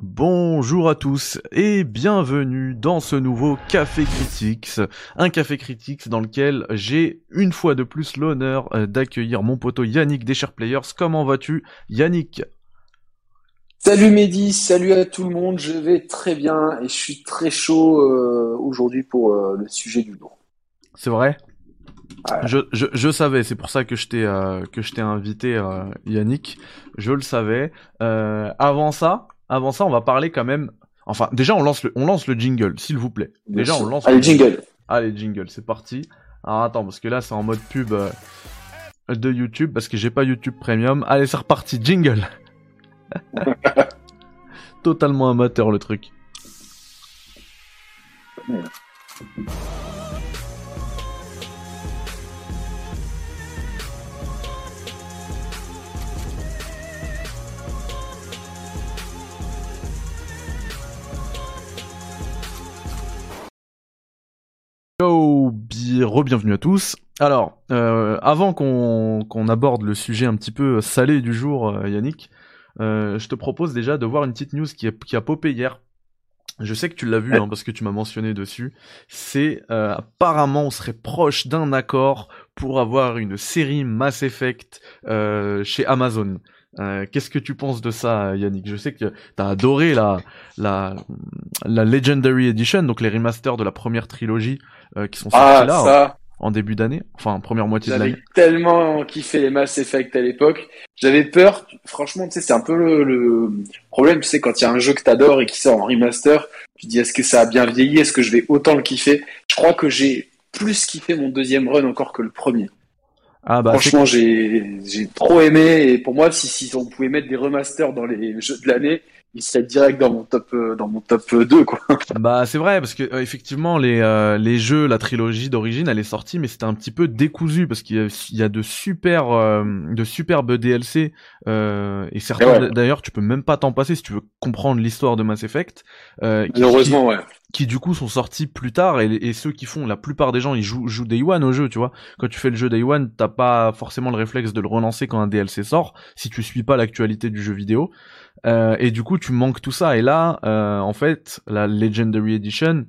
Bonjour à tous et bienvenue dans ce nouveau Café Critics, un Café Critics dans lequel j'ai une fois de plus l'honneur d'accueillir mon poteau Yannick des Chers Players. Comment vas-tu, Yannick? Salut Mehdi, salut à tout le monde, je vais très bien et je suis très chaud aujourd'hui pour le sujet du jour. C'est vrai? Ouais. Je savais, c'est pour ça que je t'ai invité, Yannick. Je le savais. Avant ça, on va parler quand même. Enfin, déjà on lance le jingle, s'il vous plaît. Bien Déjà on sûr. lance le Allez, jingle. jingle. Allez, jingle, c'est parti. Alors attends, parce que là c'est en mode pub de YouTube, parce que j'ai pas YouTube Premium. Allez, c'est reparti, jingle. Totalement amateur le truc. Re-bienvenue à tous. Alors, avant qu'on aborde le sujet un petit peu salé du jour, Yannick, je te propose déjà de voir une petite news qui a popé hier. Je sais que tu l'as vu, Ouais. hein, parce que tu m'as mentionné dessus. C'est apparemment on serait proche d'un accord pour avoir une série Mass Effect chez Amazon. Qu'est-ce que tu penses de ça, Yannick? Je sais que t'as adoré la la Legendary Edition, donc les remasters de la première trilogie qui sont sortis Ah, là ça, en début d'année, enfin première moitié de j'avais l'année. tellement kiffé les Mass Effect à l'époque. J'avais peur, franchement, tu sais, c'est un peu le problème, tu sais, quand il y a un jeu que t'adores et qui sort en remaster, tu te dis est-ce que ça a bien vieilli, est-ce que je vais autant le kiffer? Je crois que j'ai plus kiffé mon deuxième run encore que le premier. Ah bah c'est Franchement, j'ai trop aimé et pour moi, si on pouvait mettre des remasters dans les jeux de l'année, il serait direct dans mon top 2 quoi. Bah c'est vrai parce que effectivement les jeux, la trilogie d'origine elle est sortie mais c'était un petit peu décousu parce il y a de superbes DLC et Et certains ouais, d'ailleurs tu peux même pas t'en passer si tu veux comprendre l'histoire de Mass Effect malheureusement, ouais. qui du coup sont sortis plus tard et ceux qui font la plupart des gens ils jouent Day One au jeu, tu vois. Quand tu fais le jeu Day One t'as pas forcément le réflexe de le relancer quand un DLC sort si tu suis pas l'actualité du jeu vidéo. Et du coup, tu manques tout ça. Et là, en fait, la Legendary Edition,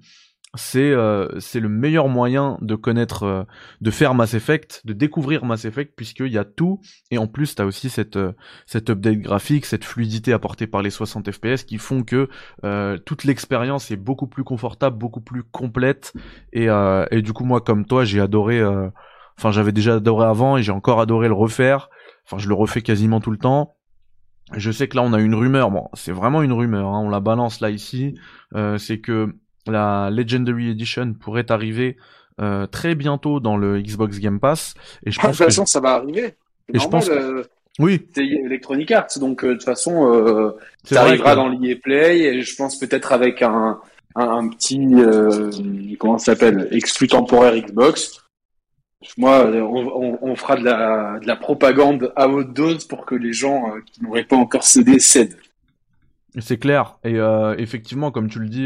c'est le meilleur moyen de connaître, de faire Mass Effect, de découvrir Mass Effect, puisqu'il y a tout. Et en plus, t'as aussi cette update graphique, cette fluidité apportée par les 60 FPS qui font que toute l'expérience est beaucoup plus confortable, beaucoup plus complète. Et du coup, moi, comme toi, j'ai adoré. Enfin, j'avais déjà adoré avant et j'ai encore adoré le refaire. Enfin, je le refais quasiment tout le temps. Je sais que là on a une rumeur, bon c'est vraiment une rumeur, hein, on la balance là ici, c'est que la Legendary Edition pourrait arriver très bientôt dans le Xbox Game Pass et je De toute pense que façon, ça va arriver. C'est et je pense normal. que oui, C'est Electronic Arts, donc de toute façon, c'est ça vrai arrivera que dans l'EA Play et je pense peut-être avec un petit comment ça s'appelle, exclu temporaire Xbox. Moi, on fera de la propagande à haute dose pour que les gens qui n'auraient pas encore cédé cèdent. c'est clair et effectivement comme tu le dis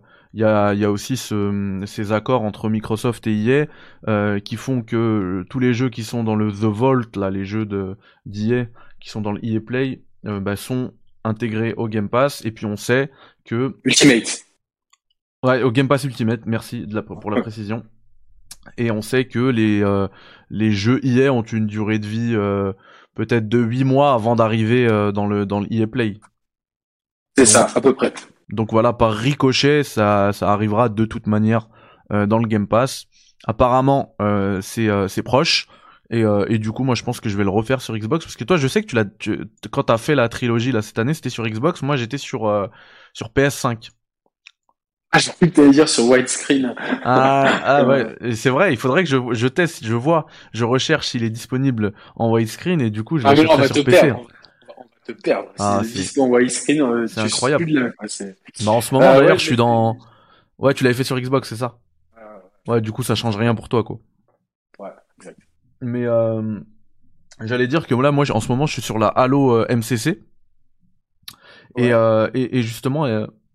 il y a aussi ces accords entre Microsoft et EA qui font que tous les jeux qui sont dans le The Vault là les jeux de d'EA qui sont dans le EA Play bah, sont intégrés au Game Pass et puis on sait que Ultimate. ouais, au Game Pass Ultimate, merci pour la précision. Et on sait que les jeux EA ont une durée de vie peut-être de 8 mois avant d'arriver dans le EA Play. C'est Donc ça, à peu près. donc voilà, par ricochet, ça arrivera de toute manière dans le Game Pass. Apparemment, c'est proche. Et du coup, moi, je pense que je vais le refaire sur Xbox parce que toi, je sais que quand t'as fait la trilogie là cette année, c'était sur Xbox. Moi, j'étais sur PS5. Ah, j'ai cru que t'allais dire sur widescreen. Ah ouais, et c'est vrai, il faudrait que je teste, je vois, je recherche s'il est disponible en widescreen et du coup je Ah mais non, on l'achèterai va te sur PC. perdre. On va te perdre. Si Ah le c'est disque en widescreen, c'est tu suis incroyable. plus de là, quoi. Bah en ce moment Ouais, d'ailleurs je suis mais dans. Ouais, tu l'avais fait sur Xbox, c'est ça? euh, Ouais, du coup ça change rien pour toi quoi. ouais, exact. Mais j'allais dire que là moi en ce moment je suis sur la Halo MCC Ouais. et justement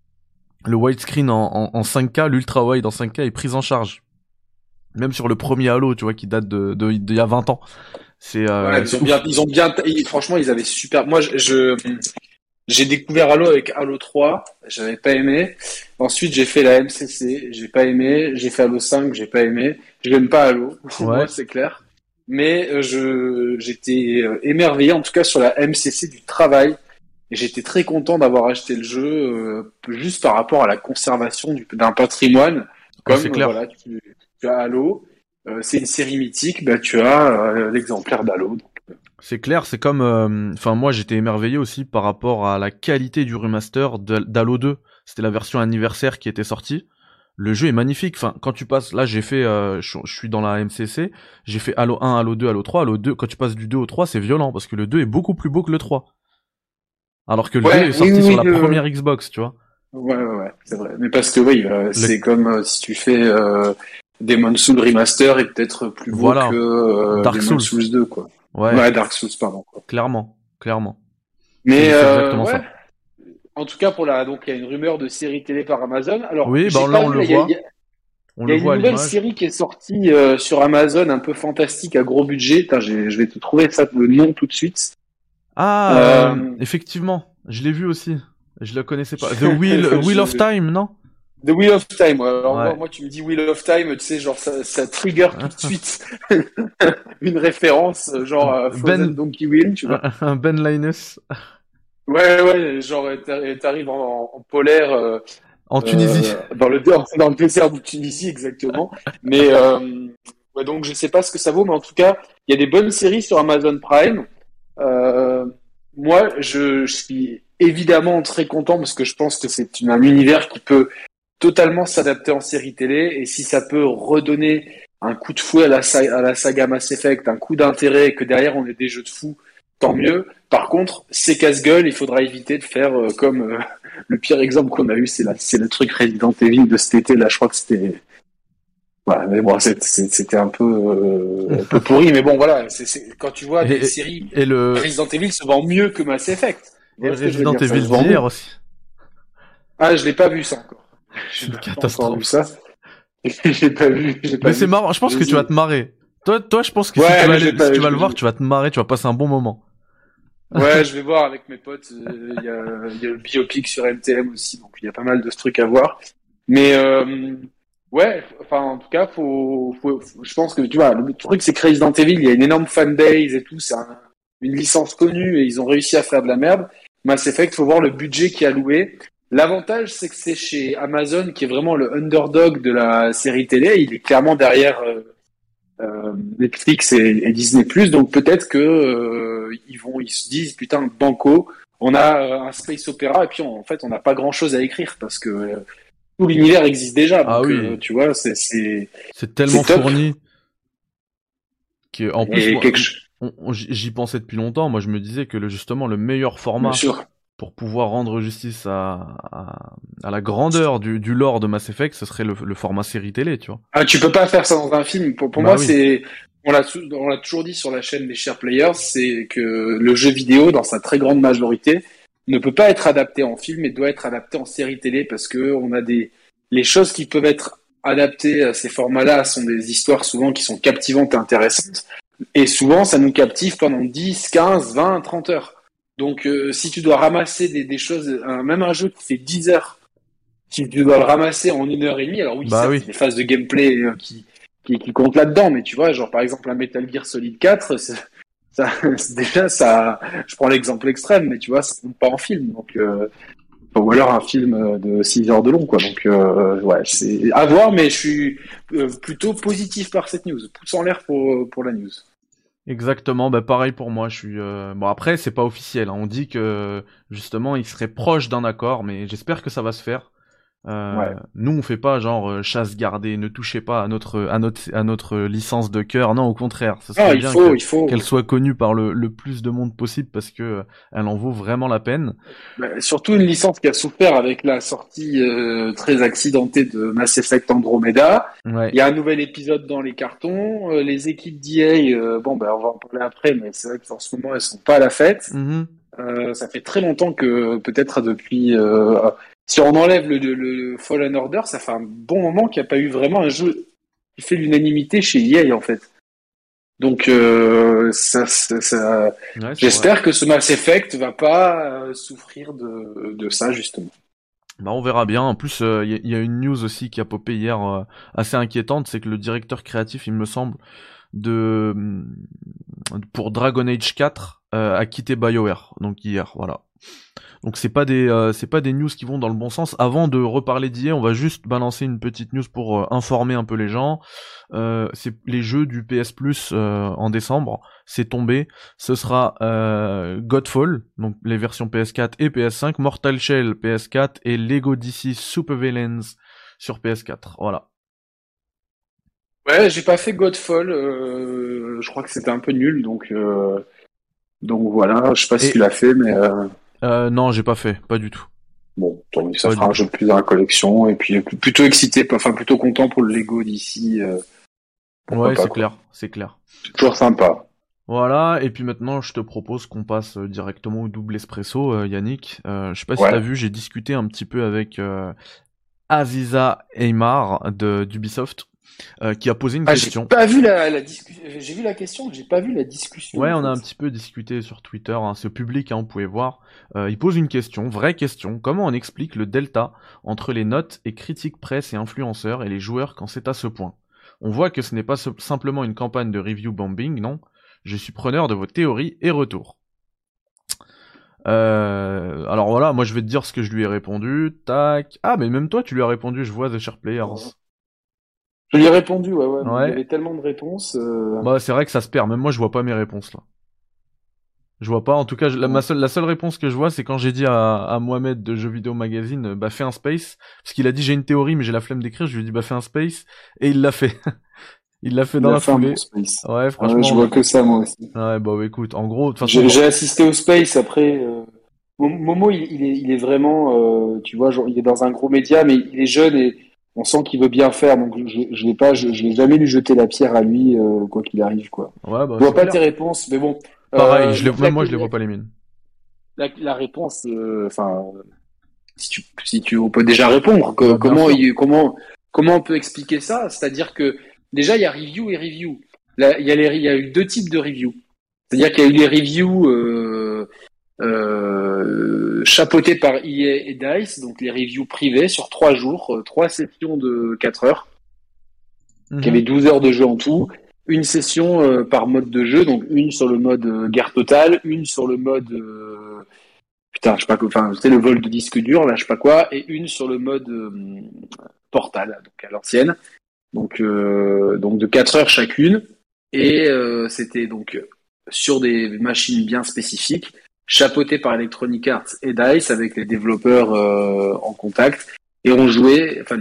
le widescreen en 5K, l'ultra wide en 5K est pris en charge. Même sur le premier Halo, tu vois, qui date d'il y a 20 ans. Ouais, C'est ouf. franchement, ils avaient super. Moi, J'ai découvert Halo avec Halo 3, j'avais pas aimé. Ensuite, j'ai fait la MCC, j'ai pas aimé. J'ai fait Halo 5, j'ai pas aimé. Je n'aime pas Halo, moi Ouais, c'est clair. Mais j'étais émerveillé en tout cas sur la MCC du travail. Et j'étais très content d'avoir acheté le jeu juste par rapport à la conservation d'un patrimoine. ouais, c'est Comme clair. voilà, tu as Halo, c'est une série mythique, bah tu as l'exemplaire d'Halo. C'est clair, c'est comme... Enfin, moi, j'étais émerveillé aussi par rapport à la qualité du remaster d'Halo 2. C'était la version anniversaire qui était sortie. Le jeu est magnifique. Enfin, quand tu passes... Là, j'ai fait... je suis dans la MCC. J'ai fait Halo 1, Halo 2, Halo 3. Halo 2, quand tu passes du 2 au 3, c'est violent, parce que le 2 est beaucoup plus beau que le 3. Alors que le 2 est Ouais, oui, sorti oui, sur oui, la première Xbox, tu vois. ouais, c'est vrai. Mais parce que oui, Le... c'est comme si tu fais Demon's Souls Remaster est peut-être plus beau que Voilà. Dark Demon's Souls. Souls 2, quoi. Ouais, Ouais, Dark Souls, pardon. Quoi. clairement. Clairement. Mais C'est exactement ouais, ça. en tout cas donc il y a une rumeur de série télé par Amazon. Alors Oui, bah j'ai là, pas on vu le là, voit. On il y le a une voit à nouvelle l'image. série qui est sortie sur Amazon, un peu fantastique à gros budget. Putain, je vais te trouver ça le nom tout de suite. Ah, Euh, effectivement, je l'ai vu aussi. Je le connaissais pas. Wheel of je, Time, non? The Wheel of Time. Ouais. Alors Ouais. moi, tu me dis Wheel of Time, tu sais, genre ça trigger tout de suite une référence, genre Frozen Ben, Donkey Wheel, tu vois. un Ben Linus Ouais, genre t'arrives en polaire en Tunisie. dans le désert de Tunisie exactement. Mais ouais, donc je sais pas ce que ça vaut, mais en tout cas, il y a des bonnes séries sur Amazon Prime. Euh, moi, je suis évidemment très content parce que je pense que c'est un univers qui peut totalement s'adapter en série télé et si ça peut redonner un coup de fouet à la saga Mass Effect, un coup d'intérêt et que derrière on ait des jeux de fou, tant mieux. Par contre, c'est casse-gueule, il faudra éviter de faire comme le pire exemple qu'on a eu, c'est le truc Resident Evil de cet été, là je crois que c'était... Voilà, mais bon, c'était un peu pourri, mais bon voilà, quand tu vois des Et, séries, et le Resident Evil se vend mieux que Mass Effect. et le Voilà ce que je veux Resident dire, ça se Evil vend d'hier mieux. aussi. Ah, je l'ai pas vu ça encore. C'est J'ai une pas encore vu catastrophe. ça. J'ai pas Mais c'est vu. marrant. Je pense que tu vas te marrer. Toi, je pense que si tu Ouais, vas mais j'ai aller, si pas. tu vas le voir, tu vas te marrer. Tu vas passer un bon moment. Ouais, je vais voir avec mes potes. Il y a le biopic sur MTM aussi, donc il y a pas mal de trucs à voir. Mais ouais, enfin en tout cas, je pense que tu vois, le truc c'est que Resident Evil, il y a une énorme fanbase et tout, une licence connue et ils ont réussi à faire de la merde. Mass Effect, faut voir le budget qui est alloué. L'avantage, c'est que c'est chez Amazon qui est vraiment le underdog de la série télé. Il est clairement derrière Netflix et Disney+. Donc peut-être que ils se disent putain banco, on a un space opéra et puis en fait on n'a pas grand-chose à écrire parce que tout l'univers existe déjà. Ah Donc oui, tu vois, c'est tellement c'est top. fourni que, en plus, Et moi, quelque chose, j'y pensais depuis longtemps. Moi, je me disais que justement, le meilleur bien format sûr. pour pouvoir rendre justice à la grandeur du lore de Mass Effect, ce serait le format série télé, tu vois. Ah, tu peux pas faire ça dans un film. Pour Bah moi, oui. on l'a toujours dit sur la chaîne des Share Players, c'est que le jeu vidéo, dans sa très grande majorité, ne peut pas être adapté en film et doit être adapté en série télé parce que les choses qui peuvent être adaptées à ces formats-là sont des histoires souvent qui sont captivantes et intéressantes. Et souvent, ça nous captive pendant 10, 15, 20, 30 heures. Donc, si tu dois ramasser des choses, même un jeu qui fait 10 heures, si tu dois le ramasser en 1 heure et demie, alors oui, Bah certes, oui. il y a des phases de gameplay qui comptent là-dedans, mais tu vois, genre par exemple un Metal Gear Solid 4, déjà ça, je prends l'exemple extrême, mais tu vois, ça compte pas en film, donc ou alors un film de 6 heures de long, quoi. Donc ouais, c'est à voir, mais je suis plutôt positif par cette news, pouce en l'air pour la news. Exactement, bah pareil pour moi, je suis bon après c'est pas officiel, hein. On dit que justement il serait proche d'un accord, mais j'espère que ça va se faire. Ouais. Nous on fait pas genre chasse gardée, ne touchez pas à notre licence de cœur, non au contraire, ce Ah, serait bien que il faut. qu'elle soit connue par le plus de monde possible parce que elle en vaut vraiment la peine. Bah, surtout une licence qui a souffert avec la sortie très accidentée de Mass Effect Andromeda. Ouais. Il y a un nouvel épisode dans les cartons. Les équipes d'EA, bon, ben, on va en parler après, mais c'est vrai qu'en ce moment, elles sont pas à la fête. Mhm. Ça fait très longtemps que, peut-être depuis... si on enlève le Fallen Order, ça fait un bon moment qu'il n'y a pas eu vraiment un jeu qui fait l'unanimité chez EA, en fait. Donc Ouais, c'est vrai. j'espère que ce Mass Effect va pas souffrir de ça justement. Bah, on verra bien. En plus, y a une news aussi qui a popé hier assez inquiétante, c'est que le directeur créatif, il me semble, de pour Dragon Age 4 a quitté BioWare. Donc hier, voilà. Donc c'est pas des news qui vont dans le bon sens. Avant de reparler d'IA, on va juste balancer une petite news pour informer un peu les gens. C'est les jeux du PS Plus en décembre, c'est tombé. Ce sera Godfall, donc les versions PS4 et PS5, Mortal Shell PS4 et Lego DC Supervillains sur PS4. Voilà. Ouais, j'ai pas fait Godfall. Je crois que c'était un peu nul, donc voilà. Je sais pas si tu Et l'as fait, mais non, j'ai pas fait, pas du tout, bon, tant mieux, ça pas fera du un tout. jeu de plus dans la collection. Et puis plutôt excité, enfin plutôt content pour le Lego d'ici. Pourquoi Ouais, pas c'est quoi. clair, c'est clair. C'est toujours sympa. Voilà, et puis maintenant je te propose qu'on passe directement au double espresso, Yannick. Je sais pas si t'as Ouais. vu, j'ai discuté un petit peu avec Aziza Eymar d'Ubisoft, qui a posé une Ah, j'ai question. pas vu la discussion. J'ai vu la question, j'ai pas vu la discussion Ouais, en on a fait. un petit peu discuté sur Twitter, hein, c'est public, hein, vous pouvez voir. Il pose une question, vraie question. Comment on explique le delta entre les notes et critiques presse et influenceurs et les joueurs quand c'est à ce point? On voit que ce n'est pas simplement une campagne de review bombing, non? Je suis preneur de vos théories et retours. Alors voilà, moi je vais te dire ce que je lui ai répondu. Tac. Ah, mais même toi, tu lui as répondu, je vois The Share Players. Je lui ai répondu, ouais, ouais, mais il y Ouais. avait tellement de réponses. Bah, c'est vrai que ça se perd. Même moi, je vois pas mes réponses là. Je vois pas. En tout cas, la seule réponse que je vois, c'est quand j'ai dit à Mohamed de Jeux Vidéo Magazine, bah fais un space, parce qu'il a dit j'ai une théorie, mais j'ai la flemme d'écrire. Je lui ai dit bah fais un space, et il l'a fait. Il l'a fait Il dans a la fait un bon foulée. space. Ouais, Ouais, je franchement. vois que ça moi aussi. Ouais, bah écoute, en gros, de toute façon, J'ai assisté au space après. Momo, il est vraiment, tu vois, genre, il est dans un gros média, mais il est jeune et on sent qu'il veut bien faire. Donc je l'ai pas, je l'ai jamais lui jeter la pierre à lui, quoi qu'il arrive, quoi. ouais, bah Je vois c'est pas tes clair. réponses, mais bon, Pareil, même moi, je les y a vois pas les mines. la réponse, enfin, si tu, on peut déjà répondre. Bah bien sûr. Comment on peut expliquer ça? C'est-à-dire que déjà il y a review et review. Là, il y a eu deux types de reviews. C'est-à-dire qu'il y a eu les reviews chapeautées par EA et DICE, donc les reviews privées sur 3 jours, 3 sessions de 4 heures, qui Mhm. avaient 12 heures de jeu en tout. Une session par mode de jeu, donc une sur le mode guerre totale, une sur le mode putain, je sais pas quoi, enfin, c'était le vol de disque dur, là, je sais pas quoi, et une sur le mode Portal, donc à l'ancienne, donc de 4 heures chacune, et c'était donc sur des machines bien spécifiques, chapeautées par Electronic Arts et DICE avec les développeurs en contact, et on jouait, enfin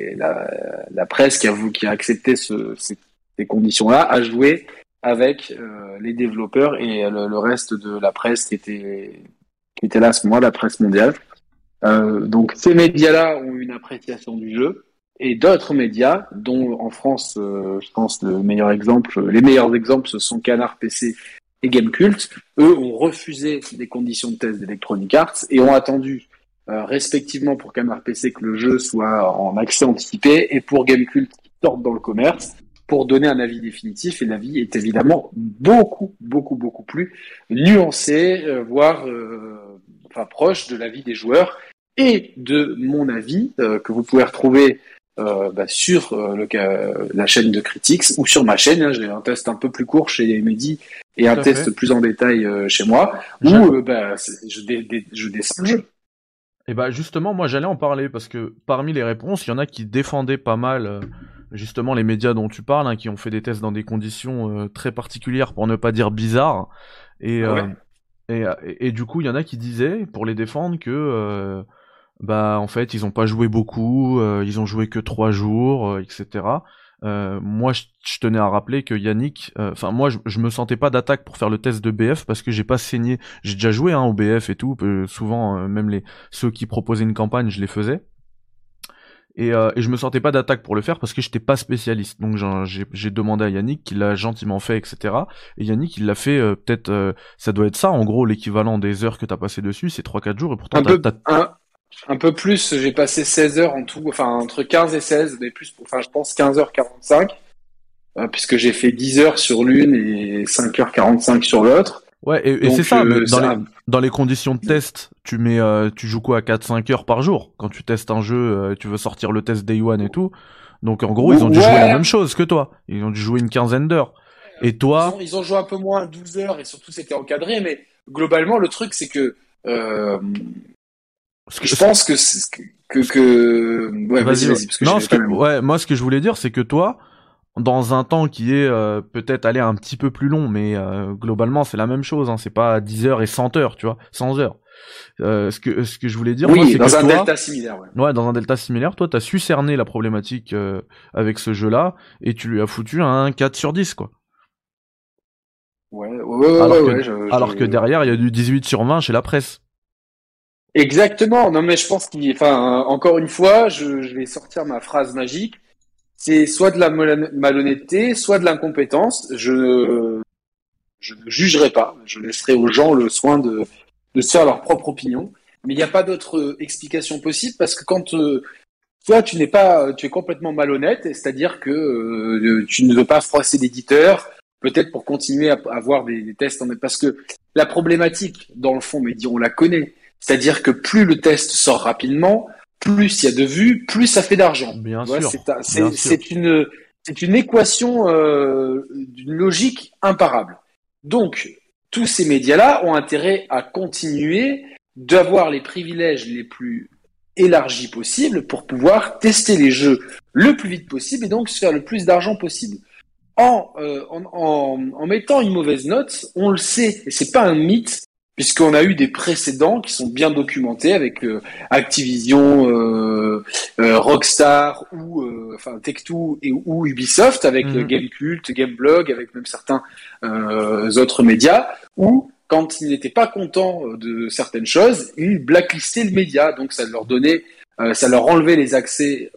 la presse qui a accepté ces conditions-là a joué avec les développeurs et le reste de la presse qui était là à ce moment, la presse mondiale. Donc ces médias-là ont une appréciation du jeu et d'autres médias, dont en France, je pense les meilleurs exemples, ce sont Canard PC et Gamecult. Eux ont refusé des conditions de test d'Electronic Arts et ont attendu respectivement pour Canard PC que le jeu soit en accès anticipé et pour Gamecult qu'il sorte dans le commerce pour donner un avis définitif. Et l'avis est évidemment beaucoup plus nuancé, voire enfin proche de l'avis des joueurs et de mon avis que vous pouvez retrouver sur la chaîne de Critics ou sur ma chaîne. Hein, j'ai un test un peu plus court chez Mehdi et Tout un à test fait. plus en détail chez moi où J'a- je descends le jeu. Et bah justement, moi j'allais en parler parce que parmi les réponses, il y en a qui défendaient pas mal justement les médias dont tu parles, hein, qui ont fait des tests dans des conditions très particulières pour ne pas dire bizarres. Et, Ah euh, ouais. et du coup, il y en a qui disaient, pour les défendre, que bah en fait ils ont pas joué beaucoup, ils ont joué que 3 jours, etc. Moi je tenais à rappeler que Yannick, enfin moi je me sentais pas d'attaque pour faire le test de BF parce que j'ai pas saigné, j'ai déjà joué hein, au BF et tout, souvent même ceux qui proposaient une campagne je les faisais. Et je me sentais pas d'attaque pour le faire parce que j'étais pas spécialiste. Donc j'ai demandé à Yannick, qui l'a gentiment fait, etc. Et Yannick, il l'a fait peut-être, ça doit être ça, en gros, l'équivalent des heures que t'as passé dessus, c'est 3 4 jours, et pourtant Un peu, un peu plus, j'ai passé 16 heures en tout, enfin entre 15 et 16, mais plus, enfin je pense 15h45. puisque j'ai fait 10 heures sur l'une et 5h45 sur l'autre. Ouais, et Donc, c'est ça, mais ça... dans les conditions de test, tu joues quoi à 4-5 heures par jour? Quand tu testes un jeu, tu veux sortir le test Day One et tout. Donc en gros, ils ont dû jouer la Ouais, même chose que toi. Ils ont dû jouer une quinzaine d'heures. Et toi, ils ont joué un peu moins, 12 heures, et surtout c'était encadré, mais globalement, le truc, c'est que ce que, je ce- pense que, Ouais, vas-y. vas-y, parce que Non, j'ai pas le mot. ouais, moi ce que je voulais dire, c'est que toi, dans un temps qui est peut-être aller un petit peu plus long, mais globalement c'est la même chose. Hein, c'est pas 10 heures et 100 heures, tu vois, 100 heures. Ce que je voulais dire, moi, Oui, c'est que dans un toi, delta similaire, ouais. ouais, dans un delta similaire, toi, t'as su cerner la problématique avec ce jeu-là, et tu lui as foutu un 4 sur 10, quoi. Ouais, ouais, ouais, ouais, Alors que, ouais, alors que derrière, il y a du 18 sur 20 chez la presse. Exactement. Non, mais je pense encore une fois, je vais sortir ma phrase magique. C'est soit de la malhonnêteté, soit de l'incompétence. Je ne jugerai pas. Je laisserai aux gens le soin de se faire leur propre opinion. Mais il n'y a pas d'autre explication possible parce que quand toi tu es complètement malhonnête, c'est-à-dire que tu ne veux pas froisser l'éditeur, peut-être pour continuer à avoir des tests parce que la problématique dans le fond, mais on la connaît, c'est-à-dire que plus le test sort rapidement, plus il y a de vues, plus ça fait d'argent. Bien Tu vois, sûr, bien sûr. c'est une équation d'une logique imparable. Donc tous ces médias-là ont intérêt à continuer d'avoir les privilèges les plus élargi possible pour pouvoir tester les jeux le plus vite possible et donc se faire le plus d'argent possible. En mettant une mauvaise note, on le sait, et c'est pas un mythe, puisqu'on a eu des précédents qui sont bien documentés avec Activision, Rockstar ou enfin Tech2 ou Ubisoft avec Mhm. Gamecult, Gameblog, avec même certains autres médias, où quand ils n'étaient pas contents de certaines choses, ils blacklistaient le média, donc ça leur donnait, ça leur enlevait les accès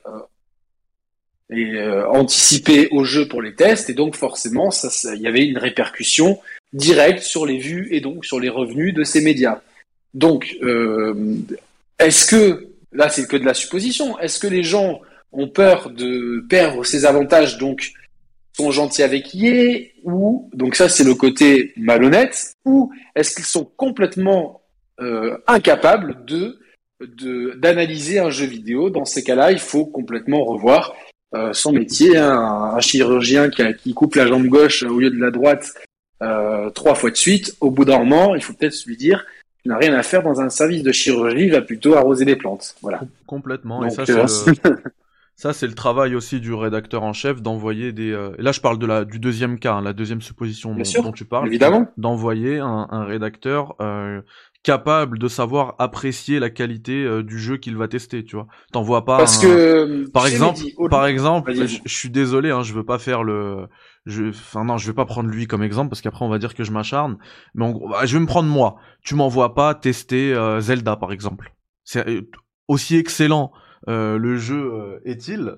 et anticipés au jeu pour les tests, et donc forcément, il y avait une répercussion directe sur les vues et donc sur les revenus de ces médias. Donc, est-ce que, là c'est que de la supposition, est-ce que les gens ont peur de perdre ces avantages, donc sont gentils avec EA, ou, donc ça c'est le côté malhonnête, ou est-ce qu'ils sont complètement incapables d'analyser un jeu vidéo? Dans ces cas-là, il faut complètement revoir son métier. Hein. Un chirurgien qui coupe la jambe gauche au lieu de la droite 3 fois de suite, au bout d'un moment, il faut peut-être lui dire tu n'as rien à faire dans un service de chirurgie, il va plutôt arroser les plantes. Voilà. Complètement. Et Donc, ça, c'est le travail aussi du rédacteur en chef d'envoyer des. Et là, je parle du deuxième cas, hein, la deuxième supposition bien dont sûr, tu parles, évidemment. d'envoyer un rédacteur capable de savoir apprécier la qualité du jeu qu'il va tester. Tu vois, t'envoies pas Parce un. que, tu Par sais, exemple, Mehdi, par exemple, vas-y, vas-y. je suis désolé, hein, je veux pas faire le. Enfin non, je vais pas prendre lui comme exemple parce qu'après on va dire que je m'acharne. Mais en gros, bah, je vais me prendre moi. Tu m'envoies pas tester Zelda par exemple. C'est aussi excellent le jeu est-il,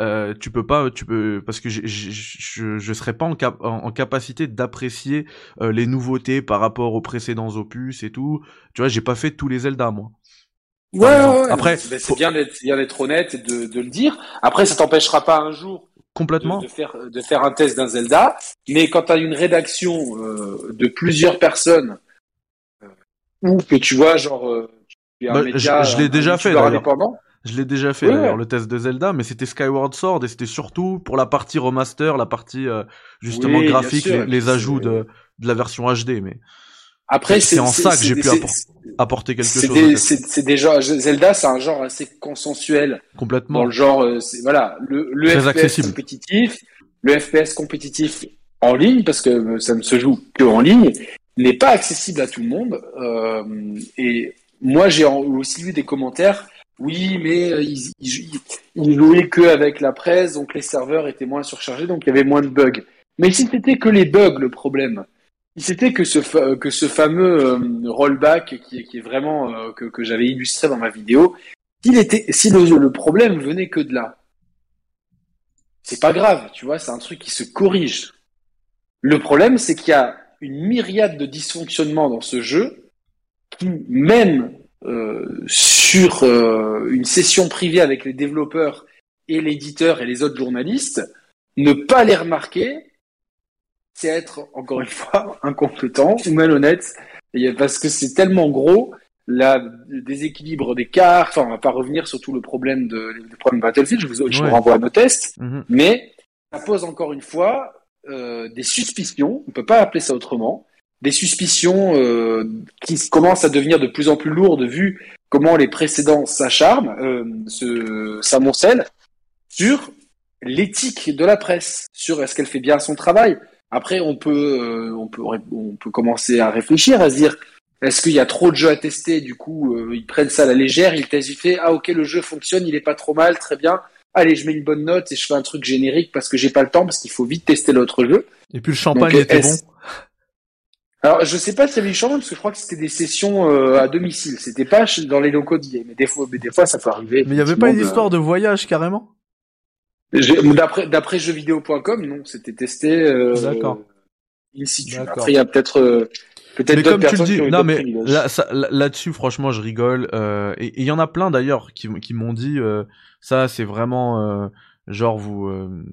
tu peux parce que je serais pas en capacité d'apprécier les nouveautés par rapport aux précédents opus et tout. Tu vois, j'ai pas fait tous les Zelda moi, Ouais, par ouais, exemple. ouais, non, mais Après, c'est bien d'être honnête et de le dire. Après, ça t'empêchera pas un jour complètement. de faire un test d'un Zelda, mais quand tu as une rédaction de plusieurs personnes, ou que tu vois, genre, tu es un Bah, média, je l'ai un déjà fait youtubeur d'ailleurs. indépendant, Je l'ai déjà fait ouais, d'ailleurs, ouais, le test de Zelda, mais c'était Skyward Sword et c'était surtout pour la partie remaster, la partie justement oui, bien graphique, sûr, et puis les ajouts c'est... de la version HD. Mais Après, c'est en ça que j'ai pu apporter quelque chose au test. c'est déjà, Zelda, c'est un genre assez consensuel. Dans le Complètement. genre, voilà, Très accessible. Le FPS compétitif en ligne, parce que ça ne se joue que en ligne, n'est pas accessible à tout le monde. Et moi, j'ai aussi lu des commentaires. Oui, mais ils jouaient que avec la presse, donc les serveurs étaient moins surchargés, donc il y avait moins de bugs. Mais si c'était que les bugs le problème, si c'était que ce fameux rollback qui est vraiment que j'avais illustré dans ma vidéo, si le problème venait que de là, c'est pas grave, tu vois, c'est un truc qui se corrige. Le problème, c'est qu'il y a une myriade de dysfonctionnements dans ce jeu qui, même sur une session privée avec les développeurs et l'éditeur et les autres journalistes, Ne pas les remarquer, c'est être, encore une fois, incompétent ou malhonnête. Parce que c'est tellement gros, le déséquilibre des cartes, enfin, on va pas revenir sur tout le problème des problèmes Battlefield, je vous renvoie à nos tests, mais ça pose encore une fois des suspicions, on peut pas appeler ça autrement, des suspicions qui commencent à devenir de plus en plus lourdes vu comment les précédents s'amoncellent sur l'éthique de la presse, sur est-ce qu'elle fait bien son travail. Après, on peut commencer à réfléchir, à se dire, est-ce qu'il y a trop de jeux à tester, du coup, ils prennent ça à la légère, ils testent, ah ok, le jeu fonctionne, il est pas trop mal, très bien, allez, je mets une bonne note et je fais un truc générique parce que j'ai pas le temps, parce qu'il faut vite tester l'autre jeu. Et puis le champagne était bon. Alors, je sais pas si il y avait du champagne, parce que je crois que c'était des sessions à domicile, c'était pas dans les locaux d'IA, mais des fois, ça peut arriver. Mais il y avait pas une histoire de voyage, carrément? D'après jeuxvideo.com, non, c'était testé D'accord. in situ. D'accord. Après, il y a peut-être d'autres personnes qui ont eu d'autres privilèges. Là-dessus, franchement, je rigole. Et il y en a plein d'ailleurs qui m'ont dit ça, c'est vraiment genre vous,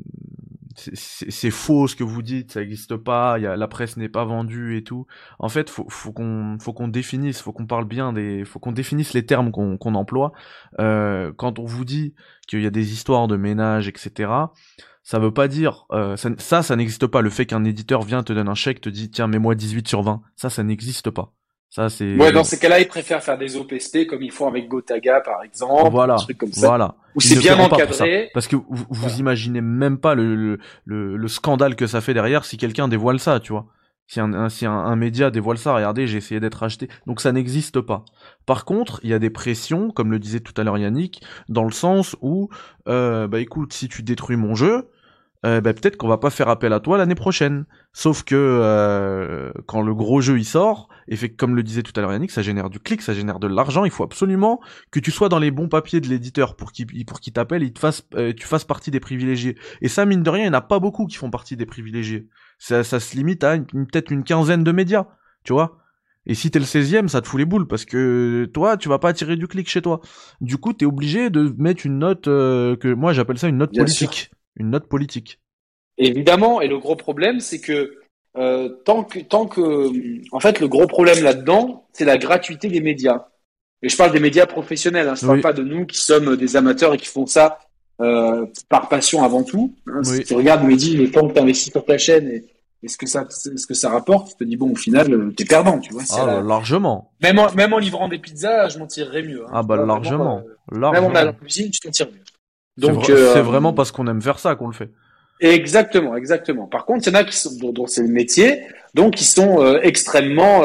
c'est faux ce que vous dites, ça n'existe pas. La presse n'est pas vendue et tout. En fait, faut qu'on définisse, faut qu'on parle bien faut qu'on définisse les termes qu'on emploie. Quand on vous dit qu'il y a des histoires de ménage, etc. Ça veut pas dire ça n'existe pas. Le fait qu'un éditeur vient te donne un chèque, te dit tiens mets-moi 18/20, ça n'existe pas. Ça c'est. Ouais, dans ces cas-là, ils préfèrent faire des OPSP comme ils font avec Gotaga par exemple, voilà, des trucs comme ça. Voilà. Où c'est bien encadré. Parce que vous imaginez même pas le scandale que ça fait derrière si quelqu'un dévoile ça, tu vois. Si un média dévoile ça, regardez, j'ai essayé d'être acheté. Donc ça n'existe pas. Par contre, il y a des pressions, comme le disait tout à l'heure Yannick, dans le sens où, bah écoute, si tu détruis mon jeu, bah peut-être qu'on va pas faire appel à toi l'année prochaine. Sauf que quand le gros jeu il sort, et fait comme le disait tout à l'heure Yannick, ça génère du clic, ça génère de l'argent. Il faut absolument que tu sois dans les bons papiers de l'éditeur pour qu'il t'appelle, et tu fasses partie des privilégiés. Et ça, mine de rien, il n'y en a pas beaucoup qui font partie des privilégiés. Ça se limite à peut-être une quinzaine de médias, tu vois. Et si t'es le 16e, ça te fout les boules, parce que toi, tu vas pas attirer du clic chez toi. Du coup, t'es obligé de mettre une note que moi j'appelle ça une note politique. Sûr. Une note politique. Évidemment, et le gros problème, c'est que tant que, en fait, le gros problème là-dedans, c'est la gratuité des médias. Et je parle des médias professionnels. Hein, je parle pas de nous qui sommes des amateurs et qui font ça par passion avant tout. Hein, si tu regardes, me dis, le temps que tu investis sur ta chaîne et ce que ça rapporte, tu te dis bon, au final, t'es perdant, tu vois. Largement. Même en livrant des pizzas, je m'en tirerais mieux. Hein, largement. Même en allant en cuisine, tu t'en tires mieux. Donc c'est vraiment parce qu'on aime faire ça qu'on le fait. Exactement. Par contre, il y en a qui sont dont c'est le métier, donc qui sont extrêmement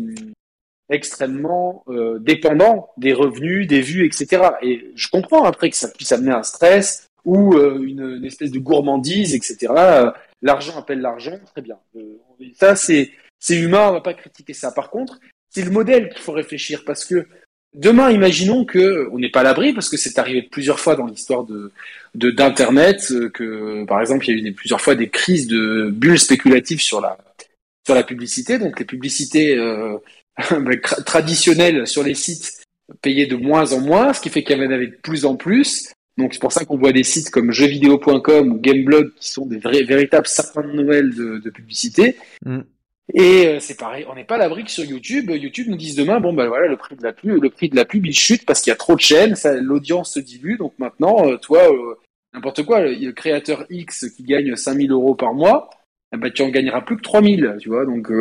dépendants des revenus, des vues, etc. Et je comprends après que ça puisse amener un stress ou une espèce de gourmandise, etc. L'argent appelle l'argent, très bien. Ça c'est humain, on va pas critiquer ça. Par contre, c'est le modèle qu'il faut réfléchir parce que demain, imaginons que on n'est pas à l'abri, parce que c'est arrivé plusieurs fois dans l'histoire d'internet, que par exemple il y a eu plusieurs fois des crises de bulles spéculatives sur la publicité. Donc les publicités traditionnelles sur les sites payaient de moins en moins, ce qui fait qu'il y en avait de plus en plus. Donc c'est pour ça qu'on voit des sites comme jeuxvideo.com ou Gameblog qui sont des véritables sapins de Noël de publicité. Et c'est pareil, on n'est pas à l'abri que sur YouTube nous dise demain, bon ben voilà, le prix de la pub il chute parce qu'il y a trop de chaînes, l'audience se dilue, donc maintenant toi n'importe quoi, le créateur X qui gagne 5 000 € par mois, ben tu en gagneras plus que 3 000, tu vois, donc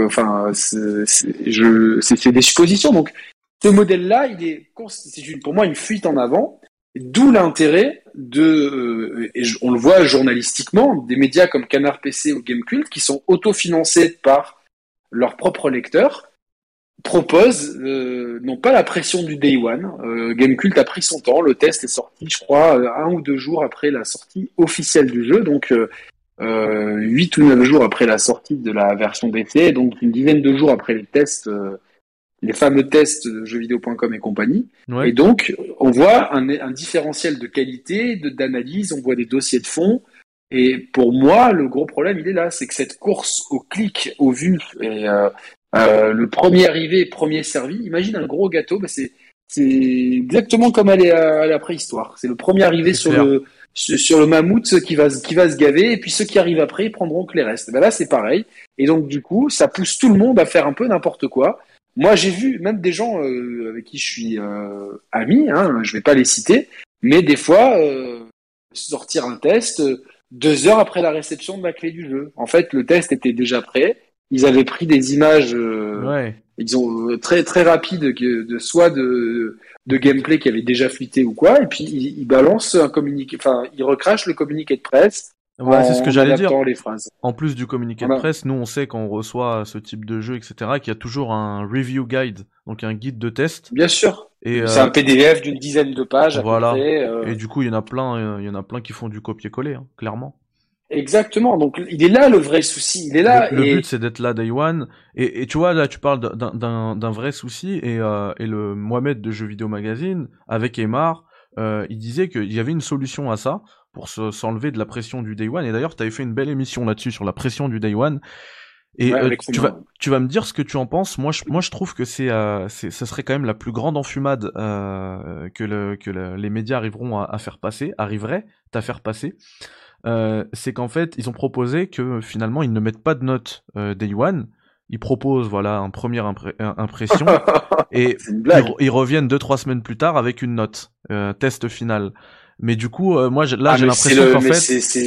c'est des suppositions. Donc ce modèle-là, c'est pour moi une fuite en avant, d'où l'intérêt on le voit journalistiquement, des médias comme Canard PC ou Gamecult qui sont autofinancés par leurs propres lecteurs, proposent non pas la pression du Day One. Gamecult a pris son temps, le test est sorti, je crois, 1 ou 2 jours après la sortie officielle du jeu, donc 8 ou 9 jours après la sortie de la version BC, donc une dizaine de jours après les tests, les fameux tests de jeuxvideo.com et compagnie. Ouais. Et donc, on voit un différentiel de qualité, d'analyse, on voit des dossiers de fond. Et pour moi, le gros problème, il est là, c'est que cette course au clic, aux vues, et le premier arrivé, premier servi, imagine un gros gâteau, c'est exactement comme à la préhistoire. C'est le premier arrivé sur sur le mammouth qui va se gaver, et puis ceux qui arrivent après, ils prendront que les restes. Ben là, c'est pareil. Et donc, du coup, ça pousse tout le monde à faire un peu n'importe quoi. Moi, j'ai vu même des gens avec qui je suis ami, hein, je vais pas les citer, mais des fois sortir un test 2 heures après la réception de la clé du jeu. En fait, le test était déjà prêt. Ils avaient pris des images, ils ont très très rapides de gameplay qui avait déjà fuité ou quoi, et puis ils balancent un communiqué, enfin ils recrachent le communiqué de presse C'est ce que j'allais dire. les phrases. En plus du communiqué de presse, nous on sait quand on reçoit ce type de jeu, etc., qu'il y a toujours un review guide, donc un guide de test. Bien sûr. Et c'est un PDF d'une dizaine de pages. Voilà. À peu près, Et du coup, il y en a plein qui font du copier-coller, hein, clairement. Exactement. Donc il est là le vrai souci. Il est là. Le but c'est d'être là day one. Et tu vois là, tu parles d'un vrai souci. Et le Mohamed de Jeux Vidéo Magazine avec Aymar, il disait qu'il y avait une solution à ça pour s'enlever de la pression du day one. Et d'ailleurs, tu avais fait une belle émission là-dessus sur la pression du day one. Et tu vas me dire ce que tu en penses. Moi je trouve que ça serait quand même la plus grande enfumade que les médias arriveront à faire passer, à faire passer. C'est qu'en fait, ils ont proposé que finalement ils ne mettent pas de note day one. Ils proposent une première impression et ils reviennent 2-3 semaines plus tard avec une note test final. Mais du coup, moi j'ai l'impression qu'en fait,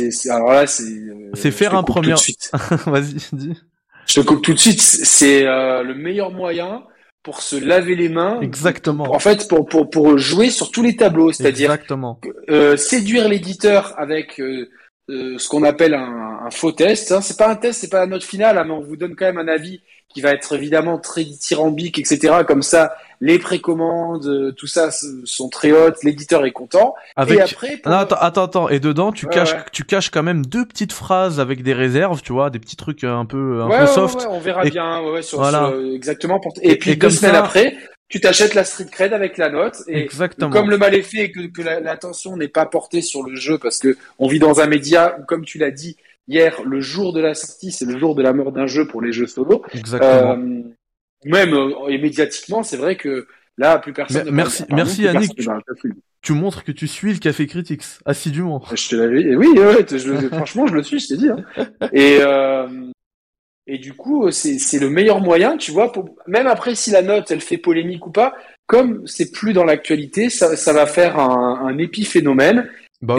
c'est faire un premier. Vas-y, dis. Je te coupe tout de suite. C'est le meilleur moyen pour se laver les mains. Exactement. En fait, pour jouer sur tous les tableaux, c'est-à-dire séduire l'éditeur avec ce qu'on appelle un faux test. Hein. C'est pas un test, c'est pas la note finale, hein, mais on vous donne quand même un avis qui va être évidemment très dithyrambique, etc. Comme ça, les précommandes, tout ça sont très hautes, l'éditeur est content. Et après, attends. Et dedans, tu caches quand même 2 petites phrases avec des réserves, tu vois, des petits trucs un peu soft. Ouais, on verra bien, exactement. Et puis 2 semaines après, tu t'achètes la street cred avec la note. Et exactement. Comme le mal est fait et que l'attention n'est pas portée sur le jeu parce que on vit dans un média où, comme tu l'as dit hier, le jour de la sortie, c'est le jour de la mort d'un jeu pour les jeux solo. Exactement. Même et médiatiquement, c'est vrai que là, plus personne. Merci Yannick. Tu montres que tu suis le Café Critics assidûment. Je te l'avais. Oui, franchement, je le suis. Je t'ai dit. Hein. Et du coup, c'est le meilleur moyen, tu vois. Même après, si la note, elle fait polémique ou pas, comme c'est plus dans l'actualité, ça va faire un épiphénomène. Bah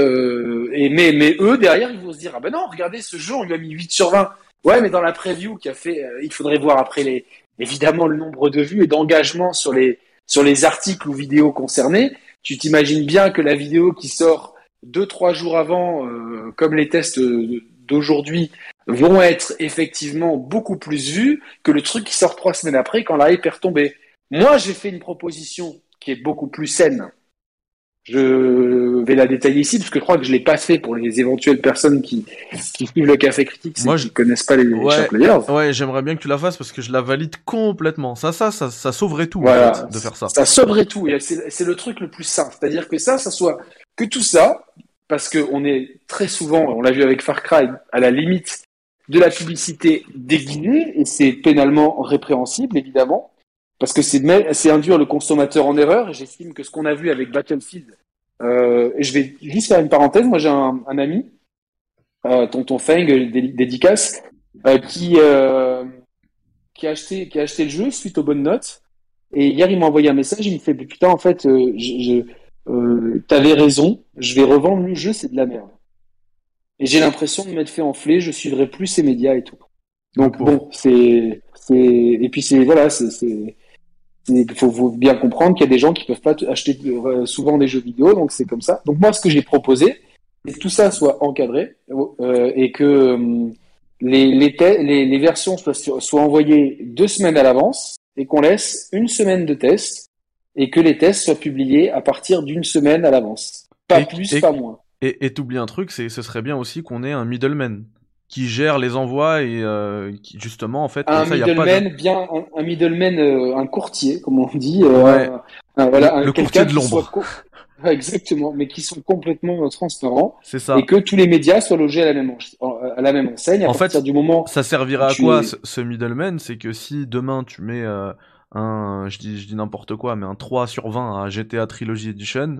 mais eux, derrière, ils vont se dire, ah ben non, regardez, ce jeu, on lui a mis 8/20. Ouais, mais dans la preview qu'il a fait, il faudrait voir après évidemment le nombre de vues et d'engagement sur les articles ou vidéos concernés. Tu t'imagines bien que la vidéo qui sort 2-3 jours avant, comme les tests d'aujourd'hui, vont être effectivement beaucoup plus vues que le truc qui sort 3 semaines après quand la hype est retombée. Moi, j'ai fait une proposition qui est beaucoup plus saine. Je vais la détailler ici parce que je crois que je l'ai pas fait pour les éventuelles personnes qui suivent le Café Critique et qui connaissent pas les chers players. Ouais, j'aimerais bien que tu la fasses parce que je la valide complètement. Ça sauverait tout, voilà, en fait, de faire ça. Ça sauverait tout. Et c'est le truc le plus simple. C'est-à-dire que ça soit que tout ça, parce que on est très souvent, on l'a vu avec Far Cry, à la limite de la publicité déguisée et c'est pénalement répréhensible, évidemment. Parce que c'est induire le consommateur en erreur, et j'estime que ce qu'on a vu avec Battlefield, et je vais juste faire une parenthèse, moi j'ai un ami, Tonton Feng, dédicace, qui a acheté le jeu suite aux bonnes notes, et hier il m'a envoyé un message, il me fait putain en fait, t'avais raison, je vais revendre le jeu, c'est de la merde. Et j'ai l'impression de m'être fait enfler, je suivrai plus ces médias et tout. Donc bon, et puis il faut bien comprendre qu'il y a des gens qui peuvent pas acheter souvent des jeux vidéo, donc c'est comme ça. Donc moi, ce que j'ai proposé, c'est que tout ça soit encadré et que les versions soient envoyées 2 semaines à l'avance et qu'on laisse 1 semaine de test et que les tests soient publiés à partir d'1 semaine à l'avance. Pas plus, pas moins. Et t'oublies un truc, ce serait bien aussi qu'on ait un middleman qui gère les envois et qui justement en fait un middleman, un courtier comme on dit, le courtier de l'ombre. Exactement, mais qui sont complètement transparents. C'est ça. Et que tous les médias soient logés à la même enseigne. En fait, du moment ça servira à quoi ce middleman, c'est que si demain tu mets je dis n'importe quoi, mais un 3/20 à GTA Trilogy Edition,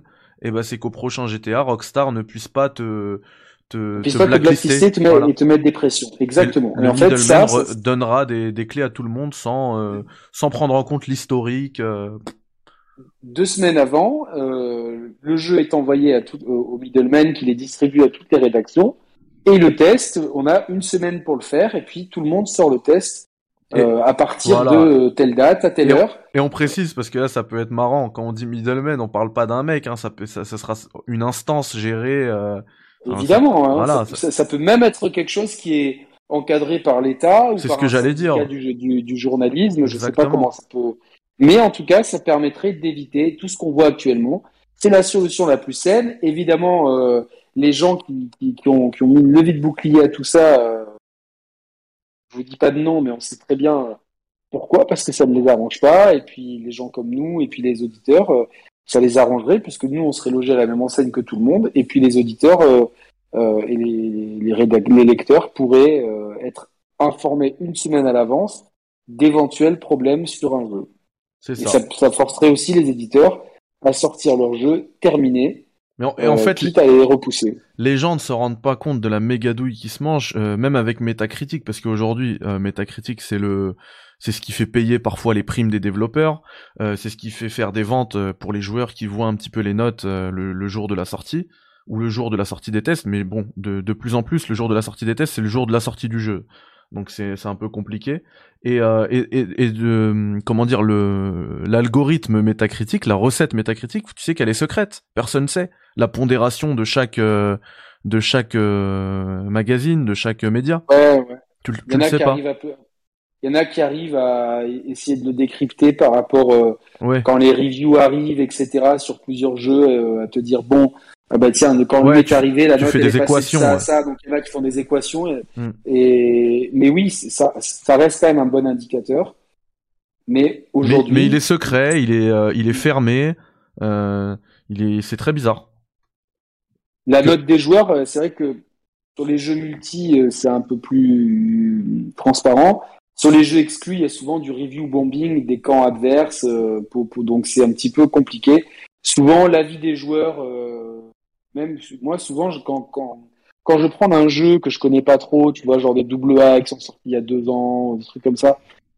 et ben c'est qu'au prochain GTA, Rockstar ne puisse pas te Puisse pas te blacklister voilà. et te mettre des pressions. Exactement. Le Et en fait, middleman donnera des clés à tout le monde sans prendre en compte l'historique. 2 semaines avant, le jeu est envoyé au middleman qui les distribue à toutes les rédactions. Et le test, on a 1 semaine pour le faire, et puis tout le monde sort le test à partir de telle date, à telle heure. Et on précise, parce que là, ça peut être marrant, quand on dit middleman, on parle pas d'un mec, hein, ça sera une instance gérée. Évidemment, hein, voilà, ça peut même être quelque chose qui est encadré par l'État ou c'est par ce que j'allais dire. Du journalisme. Exactement. Je sais pas comment ça peut. Mais en tout cas, ça permettrait d'éviter tout ce qu'on voit actuellement. C'est la solution la plus saine. Évidemment, les gens qui ont mis une levée de bouclier à tout ça, je vous dis pas de nom, mais on sait très bien pourquoi, parce que ça ne les arrange pas. Et puis les gens comme nous, et puis les auditeurs, ça les arrangerait, puisque nous, on serait logés à la même enseigne que tout le monde. Et puis les auditeurs et les lecteurs pourraient être informés 1 semaine à l'avance d'éventuels problèmes sur un jeu. C'est ça. Et ça forcerait aussi les éditeurs à sortir leur jeu terminé. Mais en fait, quitte à les repousser. Les gens ne se rendent pas compte de la mégadouille qui se mange, même avec Metacritic, parce qu'aujourd'hui, Metacritic, c'est ce qui fait payer parfois les primes des développeurs, c'est ce qui fait faire des ventes pour les joueurs qui voient un petit peu les notes le jour de la sortie, ou le jour de la sortie des tests, mais bon, de plus en plus, le jour de la sortie des tests, c'est le jour de la sortie du jeu. Donc c'est un peu compliqué. Et comment dire, l'algorithme Metacritic, la recette Metacritic, tu sais qu'elle est secrète. Personne ne sait. La pondération de chaque magazine, de chaque média. Ouais. Tu le sais pas. Il y en a qui arrivent à essayer de le décrypter par rapport quand les reviews arrivent, etc. sur plusieurs jeux, à te dire bon, ah bah tiens, quand le est arrivé, la note est passée de ça, donc il y en a qui font des équations. Mais oui, ça reste quand même un bon indicateur. Mais aujourd'hui, mais il est secret, il est fermé, c'est très bizarre. La note des joueurs, c'est vrai que sur les jeux multi, c'est un peu plus transparent. Sur les jeux exclus, il y a souvent du review bombing, des camps adverses, donc c'est un petit peu compliqué. Souvent, l'avis des joueurs, même moi, souvent, quand je prends un jeu que je connais pas trop, tu vois, genre des AA qui sont sortis il y a 2 ans, des trucs comme ça,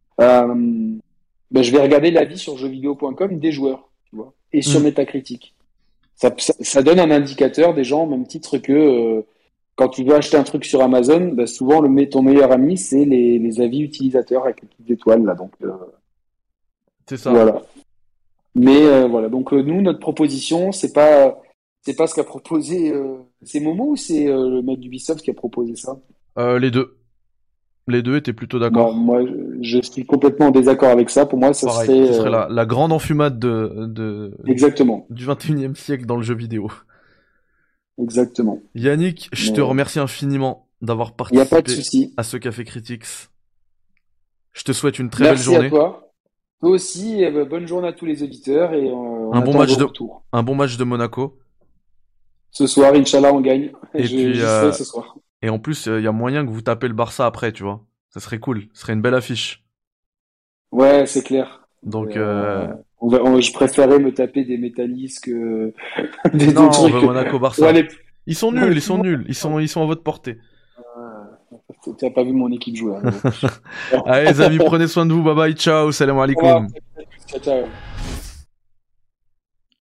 je vais regarder l'avis sur jeuxvideo.com des joueurs, tu vois, et sur Metacritic. Ça donne un indicateur des gens, au même titre que quand tu veux acheter un truc sur Amazon, souvent ton meilleur ami, c'est les avis utilisateurs avec les petites étoiles là. Donc c'est ça. Voilà. Mais voilà. Donc nous, notre proposition, c'est pas ce qu'a proposé. C'est Momo ou c'est le mec d'Ubisoft qui a proposé ça? Les deux. Les deux étaient plutôt d'accord. Moi, je suis complètement en désaccord avec ça. Pour moi, ça serait. Ce serait la grande enfumade Exactement. du 21e siècle dans le jeu vidéo. Exactement. Yannick, je te remercie infiniment d'avoir participé à ce Café Critics. Je te souhaite une très belle journée. Merci à toi. Toi aussi, bonne journée à tous les auditeurs et un bon match de Monaco. Ce soir, Inch'Allah, on gagne. Et puis, serai ce soir. Et en plus, il y a moyen que vous tapez le Barça après, tu vois. Ça serait cool. Ce serait une belle affiche. Ouais, c'est clair. Donc, je préférais me taper des Métallis que des trucs. On veut Monaco-Barça. Ils sont nuls. Ils sont à votre portée. Tu n'as pas vu mon équipe jouer. Allez, les amis, prenez soin de vous. Bye bye. Ciao. Salam alaikum. Ciao.